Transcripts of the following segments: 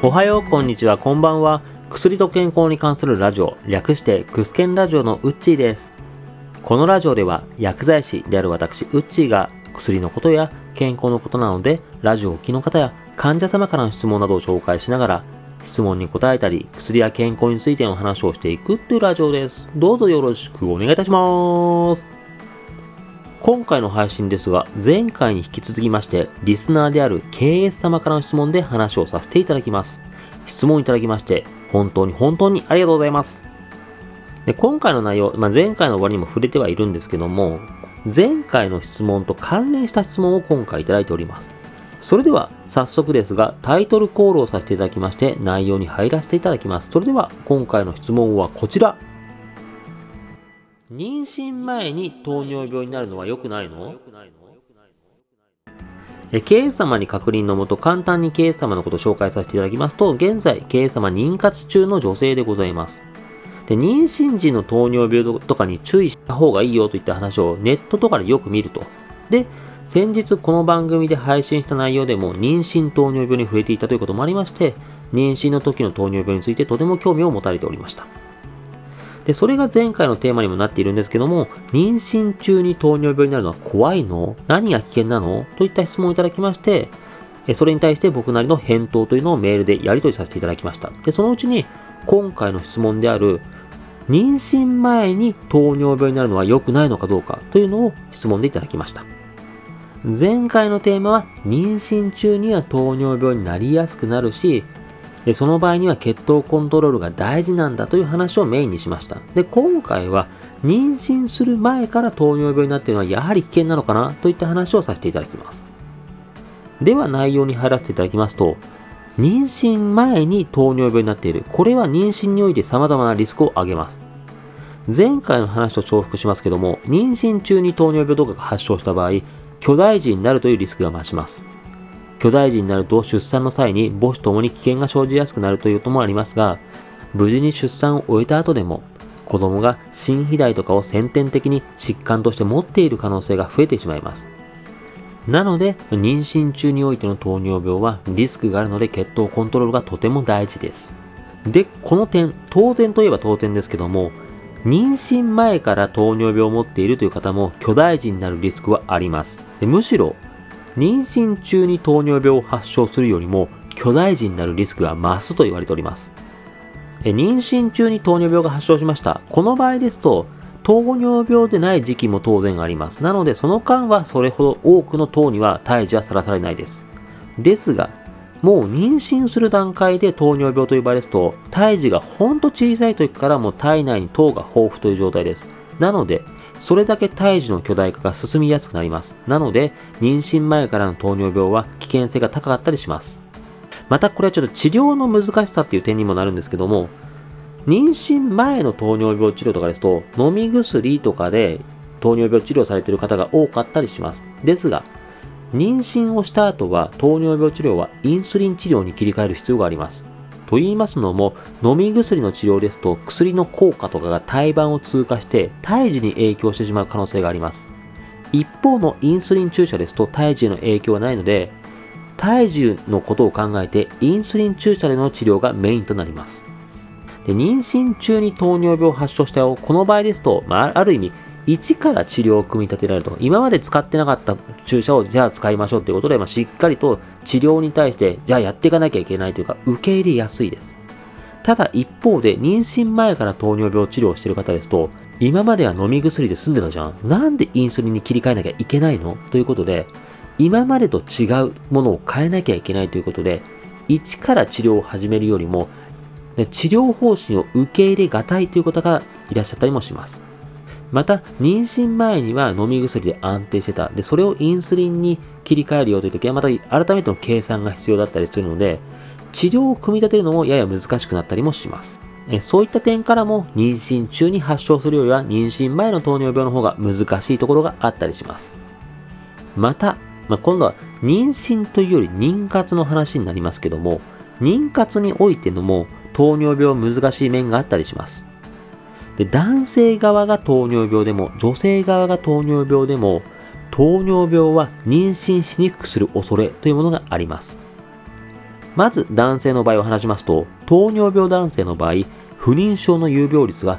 おはよう、こんにちは、こんばんは。薬と健康に関するラジオ、略してクスケンラジオのウッチーです。このラジオでは薬剤師である私、ウッチーが薬のことや健康のことなので、ラジオをお聞きの方や患者様からの質問などを紹介しながら、質問に答えたり、薬や健康についての話をしていくというラジオです。どうぞよろしくお願いいたします。今回の配信ですが、前回に引き続きまして、リスナーである KS 様からの質問で話をさせていただきます。質問いただきまして、本当にありがとうございます。で、今回の内容、前回の終わりにも触れてはいるんですけども、前回の質問と関連した質問を今回いただいております。それでは、早速ですが、タイトルコールをさせていただきまして、内容に入らせていただきます。それでは、今回の質問はこちら。妊娠前に糖尿病になるのは良くないの？KS 様に確認のもと、簡単に KS 様のことを紹介させていただきますと、現在 KS 様妊活中の女性でございます。で、妊娠時の糖尿病とかに注意した方がいいよといった話をネットとかでよく見ると。で、先日この番組で配信した内容でも妊娠糖尿病に触れていたということもありまして、妊娠の時の糖尿病についてとても興味を持たれておりました。で、それが前回のテーマにもなっているんですけども、妊娠中に糖尿病になるのは怖いの？何が危険なの？といった質問をいただきまして、それに対して僕なりの返答というのをメールでやり取りさせていただきました。で、そのうちに今回の質問である、妊娠前に糖尿病になるのは良くないのかどうかというのを質問でいただきました。前回のテーマは、妊娠中には糖尿病になりやすくなるし、で、その場合には血糖コントロールが大事なんだという話をメインにしました。で、今回は妊娠する前から糖尿病になっているのはやはり危険なのかなといった話をさせていただきます。では内容に入らせていただきますと、妊娠前に糖尿病になっている。これは妊娠において様々なリスクを上げます。前回の話と重複しますけども、妊娠中に糖尿病とかが発症した場合、巨大児になるというリスクが増します。巨大児になると出産の際に母子ともに危険が生じやすくなるということもありますが、無事に出産を終えた後でも、子供が心肥大とかを先天的に疾患として持っている可能性が増えてしまいます。なので、妊娠中においての糖尿病はリスクがあるので血糖コントロールがとても大事です。で、この点、当然といえば当然ですけども、妊娠前から糖尿病を持っているという方も巨大児になるリスクはあります。で、むしろ、妊娠中に糖尿病を発症するよりも巨大児になるリスクが増すと言われております。妊娠中に糖尿病が発症しました。この場合ですと、糖尿病でない時期も当然あります。なので、その間はそれほど多くの糖には胎児はさらされないです。ですが、もう妊娠する段階で糖尿病という場合ですと、胎児がほんと小さい時からもう体内に糖が豊富という状態です。なので、それだけ胎児の巨大化が進みやすくなります。なので、妊娠前からの糖尿病は危険性が高かったりします。またこれはちょっと治療の難しさっていう点にもなるんですけども、妊娠前の糖尿病治療とかですと、飲み薬とかで糖尿病治療されている方が多かったりします。ですが、妊娠をした後は糖尿病治療はインスリン治療に切り替える必要があります。と言いますのも、飲み薬の治療ですと薬の効果とかが胎盤を通過して胎児に影響してしまう可能性があります。一方のインスリン注射ですと胎児への影響はないので、胎児のことを考えてインスリン注射での治療がメインとなります。で、妊娠中に糖尿病を発症したよ。この場合ですと、ある意味、一から治療を組み立てられると。今まで使ってなかった注射をじゃあ使いましょうということで、しっかりと治療に対してじゃあやっていかなきゃいけないというか、受け入れやすいです。ただ一方で、妊娠前から糖尿病治療をしている方ですと、今までは飲み薬で済んでたじゃん。なんでインスリンに切り替えなきゃいけないのということで、今までと違うものを変えなきゃいけないということで、一から治療を始めるよりも、治療方針を受け入れがたいという方がいらっしゃったりもします。また、妊娠前には飲み薬で安定してた。で、それをインスリンに切り替えるよという時は、また改めての計算が必要だったりするので、治療を組み立てるのもやや難しくなったりもします。そういった点からも、妊娠中に発症するよりは、妊娠前の糖尿病の方が難しいところがあったりします。また、今度は妊娠というより妊活の話になりますけども、妊活においてのも糖尿病難しい面があったりします。で、男性側が糖尿病でも女性側が糖尿病でも糖尿病は妊娠しにくくする恐れというものがあります。 まず男性の場合を話しますと、糖尿病男性の場合、不妊症の有病率が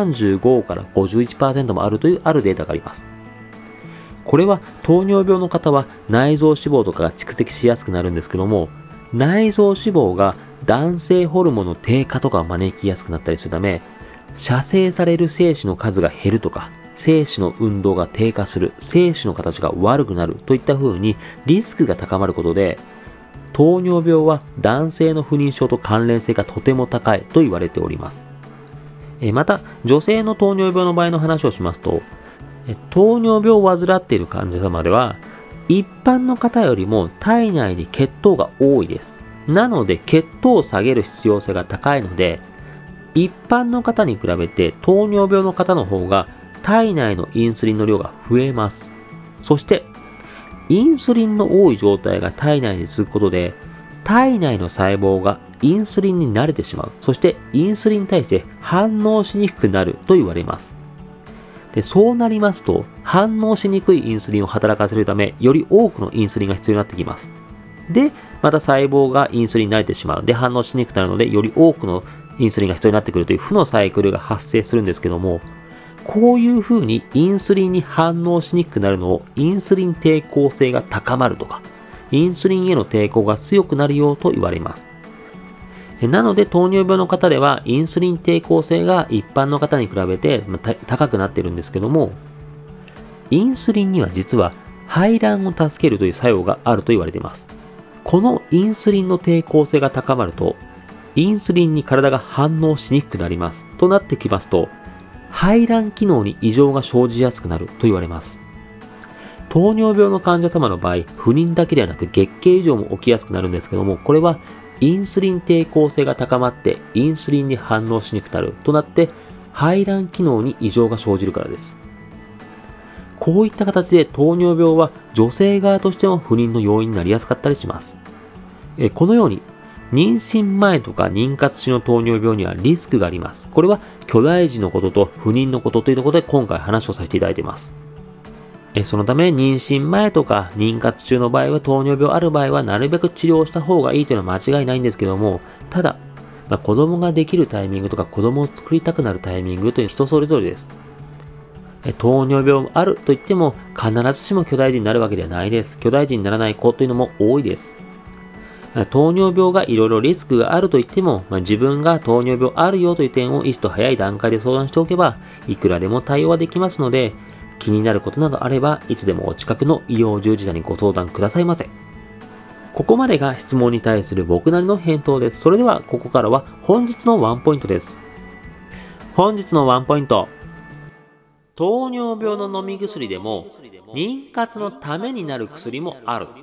35から 51% もあるというあるデータがあります。これは糖尿病の方は内臓脂肪とかが蓄積しやすくなるんですけども、内臓脂肪が男性ホルモンの低下とかを招きやすくなったりするため、射精される精子の数が減るとか、精子の運動が低下する、精子の形が悪くなるといった風にリスクが高まることで、糖尿病は男性の不妊症と関連性がとても高いと言われております。また、女性の糖尿病の場合の話をしますと、糖尿病を患っている患者様では、一般の方よりも体内に血糖が多いです。なので、血糖を下げる必要性が高いので、一般の方に比べて糖尿病の方の方が体内のインスリンの量が増えます。そして、インスリンの多い状態が体内に続くことで、体内の細胞がインスリンに慣れてしまう。そしてインスリンに対して反応しにくくなると言われます。で、そうなりますと、反応しにくいインスリンを働かせるため、より多くのインスリンが必要になってきます。で、また細胞がインスリンに慣れてしまう。で、反応しにくくなるので、より多くのインスリンが必要になってくるという負のサイクルが発生するんですけども、こういう風にインスリンに反応しにくくなるのをインスリン抵抗性が高まるとか、インスリンへの抵抗が強くなるようと言われます。なので糖尿病の方ではインスリン抵抗性が一般の方に比べて高くなっているんですけども、インスリンには実は排卵を助けるという作用があると言われています。このインスリンの抵抗性が高まると、インスリンに体が反応しにくくなります。となってきますと、排卵機能に異常が生じやすくなると言われます。糖尿病の患者様の場合、不妊だけではなく月経異常も起きやすくなるんですけども、これはインスリン抵抗性が高まってインスリンに反応しにくくなるとなって排卵機能に異常が生じるからです。こういった形で糖尿病は女性側としても不妊の要因になりやすかったりします。このように妊娠前とか妊活中の糖尿病にはリスクがあります。これは巨大児のことと不妊のことというところで今回話をさせていただいています。そのため妊娠前とか妊活中の場合は糖尿病ある場合はなるべく治療した方がいいというのは間違いないんですけども、ただ、子供ができるタイミングとか子供を作りたくなるタイミングという人それぞれです。糖尿病あると言っても必ずしも巨大児になるわけではないです。巨大児にならない子というのも多いです。糖尿病がいろいろリスクがあると言っても、自分が糖尿病あるよという点を医師と早い段階で相談しておけば、いくらでも対応はできますので、気になることなどあれば、いつでもお近くの医療従事者にご相談くださいませ。ここまでが質問に対する僕なりの返答です。それでは、ここからは本日のワンポイントです。本日のワンポイント。糖尿病の飲み薬でも、妊活のためになる薬もある。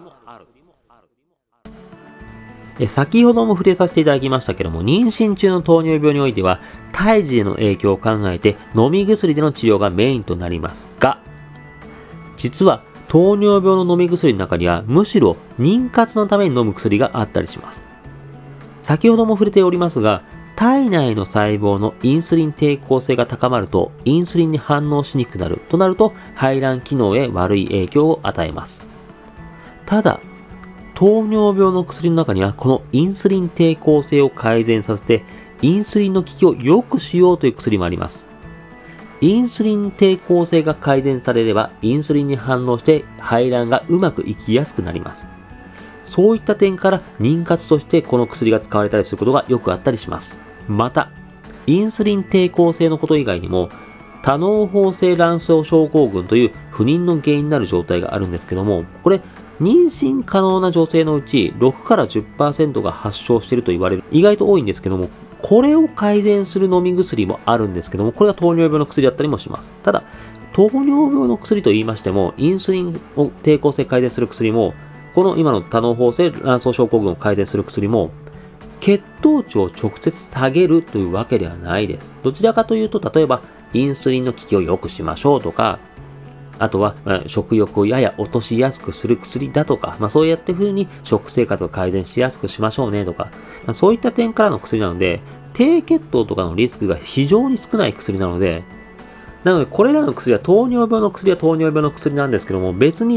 先ほども触れさせていただきましたけども、妊娠中の糖尿病においては、胎児への影響を考えて飲み薬での治療がメインとなりますが、実は糖尿病の飲み薬の中にはむしろ妊活のために飲む薬があったりします。先ほども触れておりますが、体内の細胞のインスリン抵抗性が高まるとインスリンに反応しにくくなるとなると排卵機能へ悪い影響を与えます。ただ、糖尿病の薬の中にはこのインスリン抵抗性を改善させてインスリンの効きを良くしようという薬もあります。インスリン抵抗性が改善されればインスリンに反応して排卵がうまくいきやすくなります。そういった点から妊活としてこの薬が使われたりすることがよくあったりします。また、インスリン抵抗性のこと以外にも多嚢胞性卵巣症候群という不妊の原因になる状態があるんですけども、これ妊娠可能な女性のうち6から 10% が発症していると言われる。意外と多いんですけども、これを改善する飲み薬もあるんですけども、これが糖尿病の薬だったりもします。ただ、糖尿病の薬と言いましても、インスリンを抵抗性改善する薬も、この今の多嚢胞性卵巣症候群を改善する薬も、血糖値を直接下げるというわけではないです。どちらかというと、例えば、インスリンの効きを良くしましょうとか、あとは、食欲をやや落としやすくする薬だとか、そうやって風に食生活を改善しやすくしましょうねとか、そういった点からの薬なので、低血糖とかのリスクが非常に少ない薬なので、これらの薬は糖尿病の薬は糖尿病の薬なんですけども、別に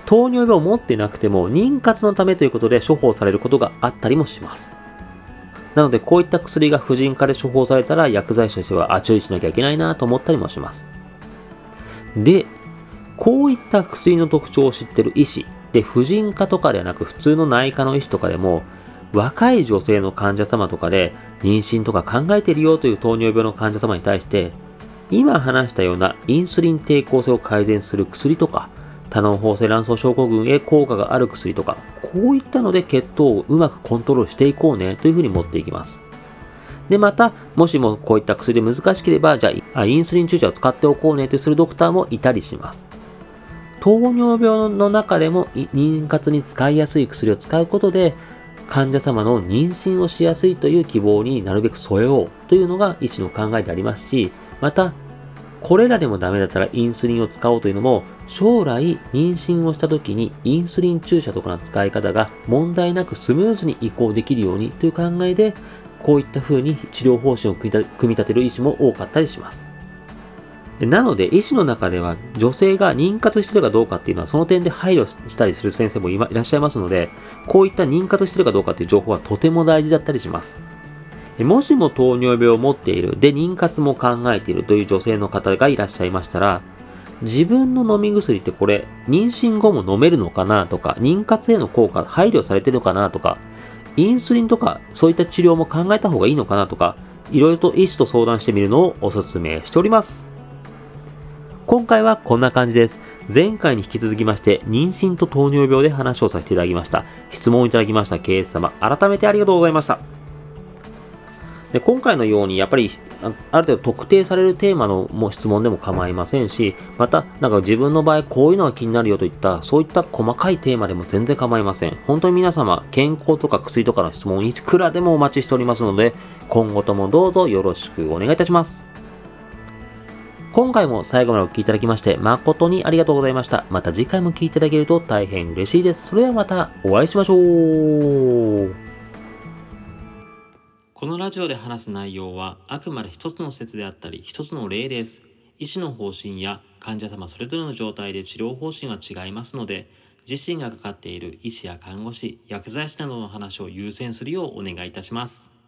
糖尿病を持ってなくても妊活のためということで処方されることがあったりもします。なのでこういった薬が婦人科で処方されたら薬剤師としては注意しなきゃいけないなと思ったりもします。で、こういった薬の特徴を知っている医師で、婦人科とかではなく普通の内科の医師とかでも、若い女性の患者様とかで妊娠とか考えているよという糖尿病の患者様に対して、今話したようなインスリン抵抗性を改善する薬とか、多嚢胞性卵巣症候群へ効果がある薬とか、こういったので血糖をうまくコントロールしていこうねというふうに持っていきます。で、また、もしもこういった薬で難しければ、じゃあインスリン注射を使っておこうねとするドクターもいたりします。糖尿病の中でも妊活に使いやすい薬を使うことで、患者様の妊娠をしやすいという希望になるべく添えようというのが医師の考えでありますし、また、これらでもダメだったらインスリンを使おうというのも、将来妊娠をした時にインスリン注射とかの使い方が問題なくスムーズに移行できるようにという考えで、こういった風に治療方針を組み立てる医師も多かったりします。なので、医師の中では女性が妊活しているかどうかっていうのはその点で配慮したりする先生もいらっしゃいますので、こういった妊活しているかどうかっていう情報はとても大事だったりします。もしも糖尿病を持っている、で妊活も考えているという女性の方がいらっしゃいましたら、自分の飲み薬ってこれ、妊娠後も飲めるのかなとか、妊活への効果配慮されてるのかなとか、インスリンとかそういった治療も考えた方がいいのかなとか、いろいろと医師と相談してみるのをお勧めしております。今回はこんな感じです。前回に引き続きまして、妊娠と糖尿病で話をさせていただきました。質問をいただきましたケース様、改めてありがとうございました。で今回のようにやっぱりある程度特定されるテーマの質問でも構いませんし、またなんか自分の場合こういうのが気になるよといったそういった細かいテーマでも全然構いません。本当に皆様健康とか薬とかの質問いくらでもお待ちしておりますので、今後ともどうぞよろしくお願いいたします。今回も最後までお聞きいただきまして誠にありがとうございました。また次回も聞いていただけると大変嬉しいです。それではまたお会いしましょう。このラジオで話す内容はあくまで一つの説であったり一つの例です。医師の方針や患者様それぞれの状態で治療方針は違いますので、自身がかかっている医師や看護師、薬剤師などの話を優先するようお願いいたします。